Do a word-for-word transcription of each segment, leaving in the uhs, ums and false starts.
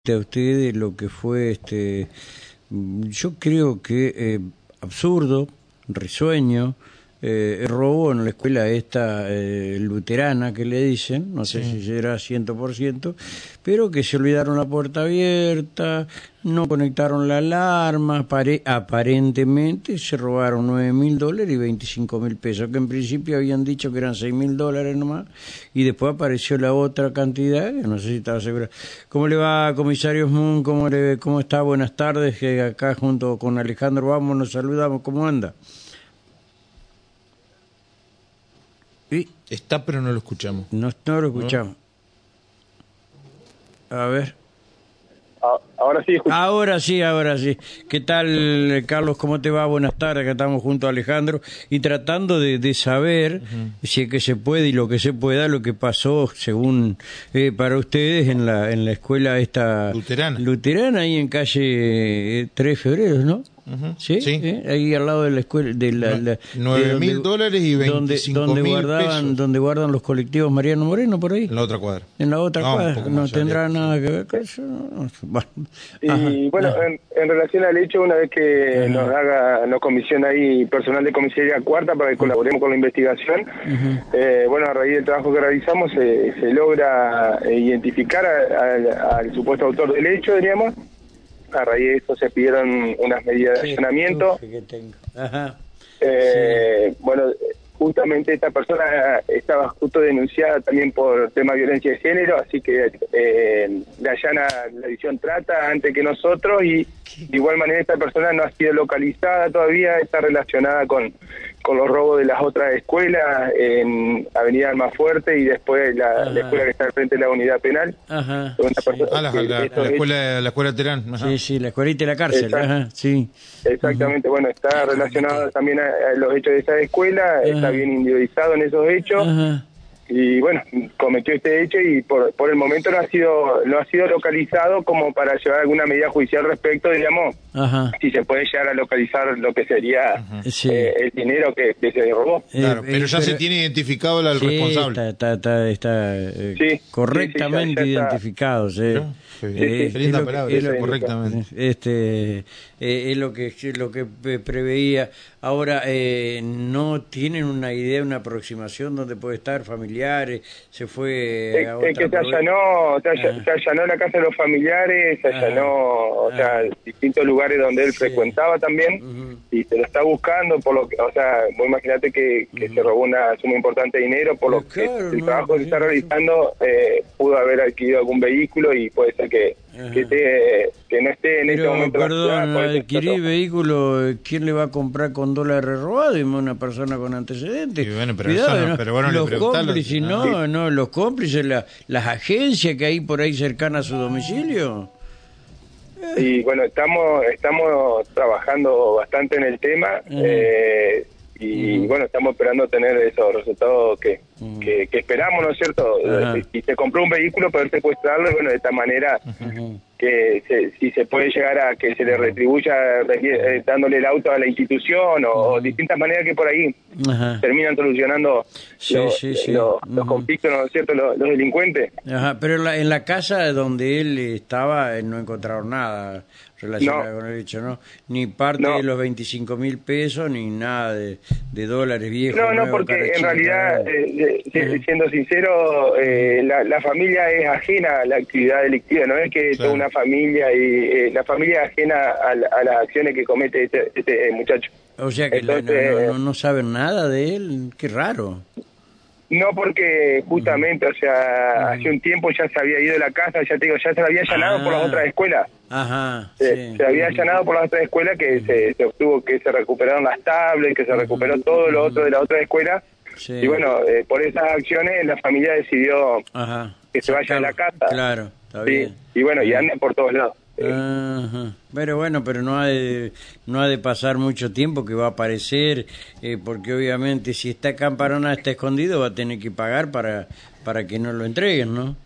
a ustedes lo que fue, este, yo creo que eh, absurdo, risueño, eh, el robo en la escuela esta eh, luterana que le dicen, no sé sí. si será ciento por ciento, pero que se olvidaron la puerta abierta, no conectaron la alarma, apare aparentemente se robaron nueve mil dólares y veinticinco mil pesos, que en principio habían dicho que eran seis mil dólares nomás, y después apareció la otra cantidad, no sé si estaba segura. ¿Cómo le va, comisario Moon? ¿Cómo, le, ¿Cómo está? Buenas tardes, que acá junto con Alejandro vamos, nos saludamos, ¿cómo anda? ¿Sí? Está, pero no lo escuchamos. No, no lo escuchamos. ¿No? A ver. Ahora sí, escucho. Ahora sí, ahora sí. ¿Qué tal, Carlos? ¿Cómo te va? Buenas tardes, que estamos junto a Alejandro y tratando de, de saber, uh-huh. si es que se puede y lo que se pueda, lo que pasó, según eh, para ustedes, en la en la escuela esta luterana, luterana ahí en calle tres de febrero, ¿no? Uh-huh. ¿Sí? Sí. ¿Eh? Ahí al lado de la escuela de la, la nueve mil dólares y veinticinco mil pesos. Donde guardan los colectivos Mariano Moreno, por ahí. En la otra cuadra. En la otra no, cuadra. No tendrá nada que ver con eso. Bueno. Y bueno, en, en relación al hecho, una vez que Ajá. nos haga, nos comisiona ahí personal de comisaría cuarta para que colaboremos con la investigación, uh-huh. eh, bueno, a raíz del trabajo que realizamos se, se logra identificar al supuesto autor del hecho, diríamos. A raíz de eso se pidieron unas medidas de allanamiento. Ajá. Eh, sí. Bueno, justamente esta persona estaba justo denunciada también por tema de violencia de género, así que eh, le allana la división trata antes que nosotros y de igual manera esta persona no ha sido localizada todavía, está relacionada con, con los robos de las otras escuelas en Avenida Almafuerte y después la, la escuela que está al frente de la unidad penal. Ajá. Sí. Ah, la, la, la, la escuela la escuela Terán. Ajá. Sí, sí, la escuelita y la cárcel. Ajá, sí. Exactamente, uh-huh. Bueno, está relacionado también a, a los hechos de esa escuela, uh-huh. Está bien individualizado en esos hechos. Uh-huh. Y bueno, cometió este hecho y por, por el momento no ha sido no ha sido localizado como para llevar alguna medida judicial respecto, digamos, Ajá. si se puede llegar a localizar lo que sería sí. eh, el dinero que, que se robó. Claro, pero ya pero, se tiene identificado el sí, responsable. Está, está, está, está eh, sí, correctamente sí, sí, ya, ya identificado. Sí. ¿No? Sí, eh, sí, linda palabra, es lo, correctamente. Este, eh, es lo que es lo que preveía. Ahora, eh, ¿no tienen una idea, una aproximación donde puede estar familiares? ¿Se fue es, a otra es que se allanó, se, all, se allanó la casa de los familiares, se allanó, ah, o sea, ah, distintos lugares donde él sí. frecuentaba también, uh-huh. y se lo está buscando, por lo que, o sea, vos imaginate que, que uh-huh. se robó una suma importante de dinero, por lo que claro, el no, trabajo no, que se está realizando eh, pudo haber adquirido algún vehículo y puede ser que, que, esté, que no esté en pero, este momento. Perdón, adquirir vehículo, ¿quién le va a comprar con dólares robados? Y una persona con antecedentes. Sí, bueno, pero Cuidado, eso no, ¿no? Pero bueno, los cómplices, no, no, no, los cómplices, la, las agencias que hay por ahí cercanas a su domicilio. Y bueno, estamos estamos trabajando bastante en el tema. Uh-huh. eh, y uh-huh. bueno, estamos esperando tener esos resultados que, uh-huh. que, que esperamos, ¿no es cierto? Uh-huh. Y se compró un vehículo para secuestrarlo, y bueno, de esta manera uh-huh. que se, si se puede llegar a que se le retribuya eh, dándole el auto a la institución o, uh-huh. o distintas maneras que por ahí uh-huh. terminan solucionando sí, los, sí, sí. los, uh-huh. los conflictos, ¿no es cierto? Los, los delincuentes. Ajá, pero en la, en la casa donde él estaba no encontraron nada relacionado no. con el hecho, ¿no? Ni parte no. de los veinticinco mil pesos, ni nada de, de dólares viejos. No, no, porque en realidad, eh, eh, siendo sincero, eh, la, la familia es ajena a la actividad delictiva, no es que claro. toda una familia, y eh, la familia es ajena a, a las acciones que comete este, este muchacho. O sea que Entonces, la, no, no, no saben nada de él, qué raro. No, porque justamente, uh-huh. o sea, uh-huh. hace un tiempo ya se había ido de la casa, ya te digo, ya se había allanado ah. por las otras escuelas. Ajá. Se, sí. se había allanado por las otras escuelas que uh-huh. se, se obtuvo que se recuperaron las tablets, que se recuperó uh-huh. todo lo otro de la otra escuela. Sí. Y bueno, eh, por esas acciones la familia decidió Ajá. que se vaya a la casa. Claro, está sí. bien. Y bueno, y anda por todos lados. Ajá. Pero bueno, pero no ha de, no ha de pasar mucho tiempo que va a aparecer, eh, porque obviamente si está Camparona, está escondido, va a tener que pagar para para que no lo entreguen, ¿no?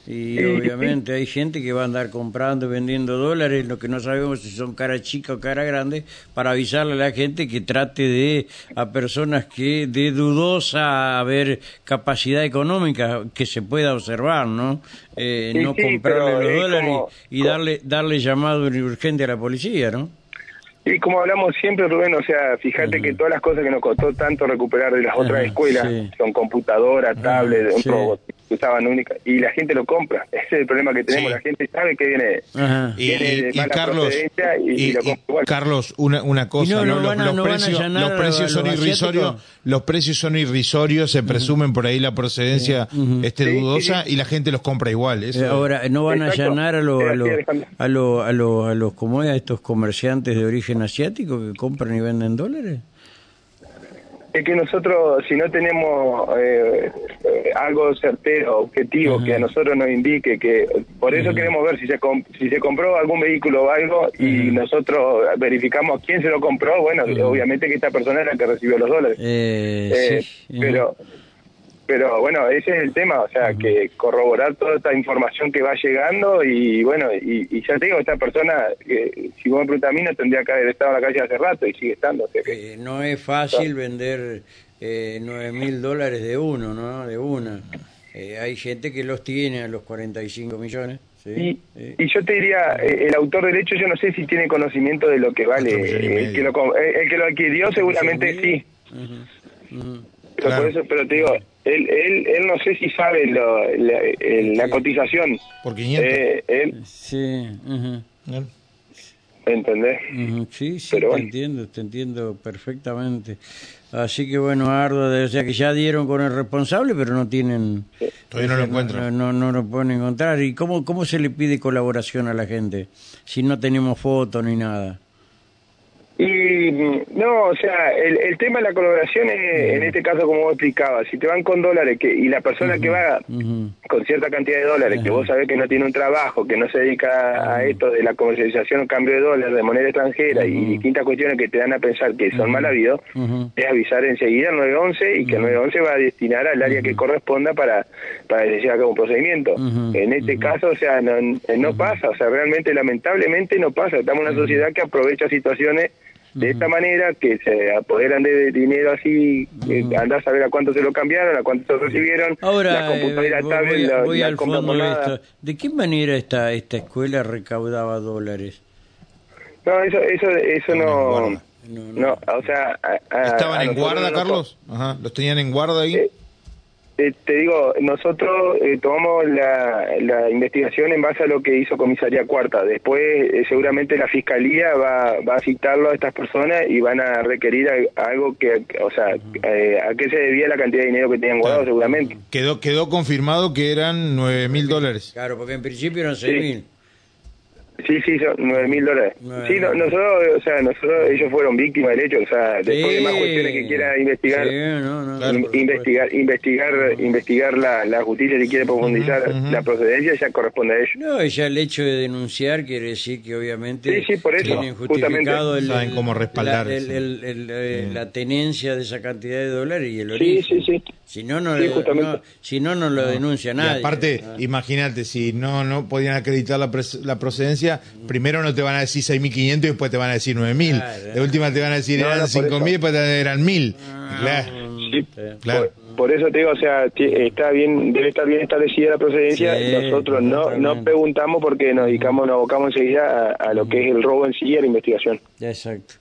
Y sí, obviamente sí. Hay gente que va a andar comprando y vendiendo dólares, lo que no sabemos si son cara chica o cara grande, para avisarle a la gente que trate de, a personas que de dudosa haber capacidad económica que se pueda observar, ¿no? Eh, sí, no sí, comprarle los dólares como, y darle, darle llamado urgente a la policía, ¿no? Y como hablamos siempre, Rubén, o sea, fíjate uh-huh. que todas las cosas que nos costó tanto recuperar de las uh-huh. otras escuelas, sí. son computadoras, uh-huh. tablets, un sí. robot que usaban única, y la gente lo compra. Ese es el problema que tenemos, sí. la gente sabe que viene, uh-huh. viene y, de y, mala Carlos, procedencia y, y, y lo compra igual. Carlos, una, una cosa, no, no, no, los, a, los, no precios, los precios son irrisorios, los precios son irrisorios, se presumen uh-huh. por ahí la procedencia uh-huh. este sí, dudosa sí, sí. y la gente los compra igual. Eso Ahora, no van Exacto. a allanar a los a los a los a los a los como a estos comerciantes de origen asiático que compran y venden dólares. Es que nosotros, si no tenemos eh, algo certero, objetivo, uh-huh. que a nosotros nos indique que... Por eso uh-huh. queremos ver si se comp- si se compró algún vehículo o algo uh-huh. y nosotros verificamos quién se lo compró, bueno, uh-huh. obviamente que esta persona es la que recibió los dólares. Eh, eh, sí. uh-huh. Pero... Pero bueno, ese es el tema, o sea, uh-huh. que corroborar toda esta información que va llegando y bueno, y, y ya te digo, esta persona, eh, si vos me preguntas a mí, no tendría que haber estado en la calle hace rato y sigue estando. O sea que, eh, no es fácil vender eh, nueve mil dólares de uno, ¿no? De una. Eh, hay gente que los tiene a los cuarenta y cinco millones. Sí, y, sí. y yo te diría, eh, el autor del hecho, yo no sé si tiene conocimiento de lo que vale. Eh, el, que lo, el que lo adquirió seguramente sí. Uh-huh. Uh-huh. Pero, claro. por eso, pero te digo, él, él, él no sé si sabe lo, la, el, la cotización. Por quinientos. Eh, él, sí. Uh-huh. ¿Entendés? Uh-huh. Sí, sí, pero te bueno. entiendo, te entiendo perfectamente. Así que bueno, Ardo, o sea que ya dieron con el responsable, pero no tienen... Sí. Todavía no lo encuentran. No, no, no lo pueden encontrar. ¿Y cómo, cómo se le pide colaboración a la gente si no tenemos fotos ni nada? Y no, o sea, el, el tema de la colaboración es, uh-huh. en este caso, como vos explicabas, si te van con dólares que y la persona uh-huh. que va uh-huh. con cierta cantidad de dólares, uh-huh. que vos sabés que no tiene un trabajo, que no se dedica uh-huh. a esto de la comercialización o cambio de dólares de moneda extranjera uh-huh. y distintas cuestiones que te dan a pensar que son uh-huh. mal habidos, uh-huh. es avisar enseguida al nueve once y que el nueve once va a destinar al área uh-huh. que corresponda para, para llevar a cabo un procedimiento. Uh-huh. En este uh-huh. caso, o sea, no, no uh-huh. pasa, o sea, realmente, lamentablemente no pasa. Estamos en una uh-huh. sociedad que aprovecha situaciones de esta manera, que se apoderan de dinero así, uh-huh. andar a saber a cuánto se lo cambiaron, a cuánto se lo recibieron. Ahora, la computadora eh, tablet, voy, la, voy la al fondo de esto. ¿De qué manera esta esta escuela recaudaba dólares? No, eso eso eso no, no, no, no, o sea... A, a, ¿Estaban a en guarda, no, Carlos? Ajá, ¿los tenían en guarda ahí? Eh, Eh, te digo, nosotros eh, tomamos la, la investigación en base a lo que hizo Comisaría Cuarta. Después, eh, seguramente la Fiscalía va, va a citarlo a estas personas y van a requerir a, a algo que, o sea, eh, a qué se debía la cantidad de dinero que tenían guardado, claro. seguramente. Quedó quedó confirmado que eran nueve mil dólares. Claro, porque en principio eran seis mil. Sí. Sí, sí, son nueve mil dólares. Sí, no, nosotros, o sea, nosotros, ellos fueron víctimas del hecho, o sea, después sí, de más cuestiones que quiera investigar, sí, no, no, claro, in, investigar, investigar, uh-huh. investigar la, la justicia, si quiere profundizar uh-huh, uh-huh. la procedencia, ya corresponde a ellos. No, y ya el hecho de denunciar quiere decir que obviamente sí, sí, por eso, tienen justificado el, saben cómo respaldar la, el, el, el, el, sí. la tenencia de esa cantidad de dólares y el origen. Sí, sí, sí. Si no, no, sí, no, si no, no lo no. denuncia nadie. Y aparte, ah. imagínate, si no no podían acreditar la, pres- la procedencia, mm. primero no te van a decir seis mil quinientos y después te van a decir nueve mil. Claro, de última te van a decir no, eran no, cinco mil y después te eran mil. Ah, claro. Sí, claro. Por, por eso te digo, o sea, está bien, debe estar bien establecida la procedencia. Sí, nosotros no no preguntamos porque nos dedicamos, nos abocamos enseguida a, a lo que es el robo en sí y a la investigación. Exacto.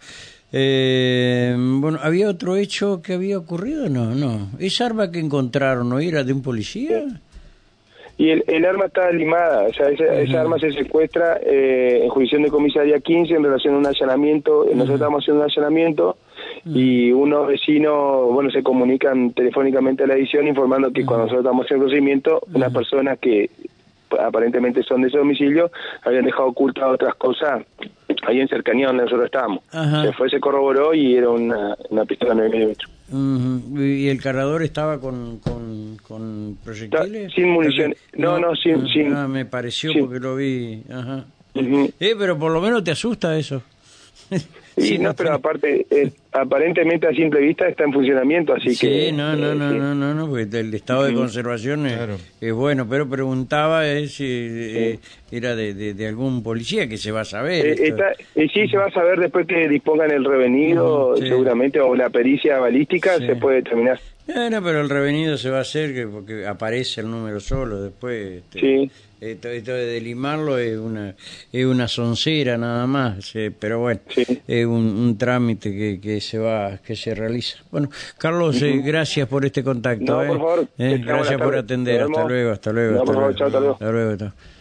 Eh, bueno, ¿había otro hecho que había ocurrido? No, no. ¿Esa arma que encontraron no era de un policía? Sí. Y el, el arma está limada, o sea, esa, uh-huh. esa arma se secuestra eh, en jurisdicción de comisaría quince en relación a un allanamiento. Uh-huh. Nosotros estamos haciendo un allanamiento uh-huh. y unos vecinos, bueno, se comunican telefónicamente a la edición informando que uh-huh. cuando nosotros estamos haciendo el procedimiento, uh-huh. unas personas que aparentemente son de ese domicilio habían dejado ocultas otras cosas ahí en cercanía donde nosotros estábamos. Uh-huh. Se fue, se corroboró y era una, una pistola nueve milímetros. Uh-huh. ¿Y el cargador estaba con, con, con proyectiles? No, sin munición. No, no, no sin... Uh, sin ah, me pareció sin. porque lo vi. Ajá. Uh-huh. Eh, pero por lo menos te asusta eso. Sí, sí, no, no, pero aparte, eh, aparentemente a simple vista está en funcionamiento, así sí, que... Sí, no, no, eh, no, sí. no, no, no, porque el estado de conservación es, claro. es bueno, pero preguntaba eh, si eh, sí. era de, de, de algún policía, que se va a saber. Eh, está, eh, sí, se va a saber después que dispongan el revenido, sí. seguramente, o la pericia balística, sí. se puede determinar. Bueno, pero el revenido se va a hacer que, porque aparece el número solo después. Este, sí. Esto, esto de limarlo es una es una soncera nada más, eh, pero bueno, sí. es un, un trámite que, que se va que se realiza. Bueno, Carlos, uh-huh. eh, gracias por este contacto. No, eh. por favor. Eh, gracias por atender. Hasta luego, hasta luego. No, hasta, por luego. Favor, chao, hasta luego. Hasta luego. Hasta luego.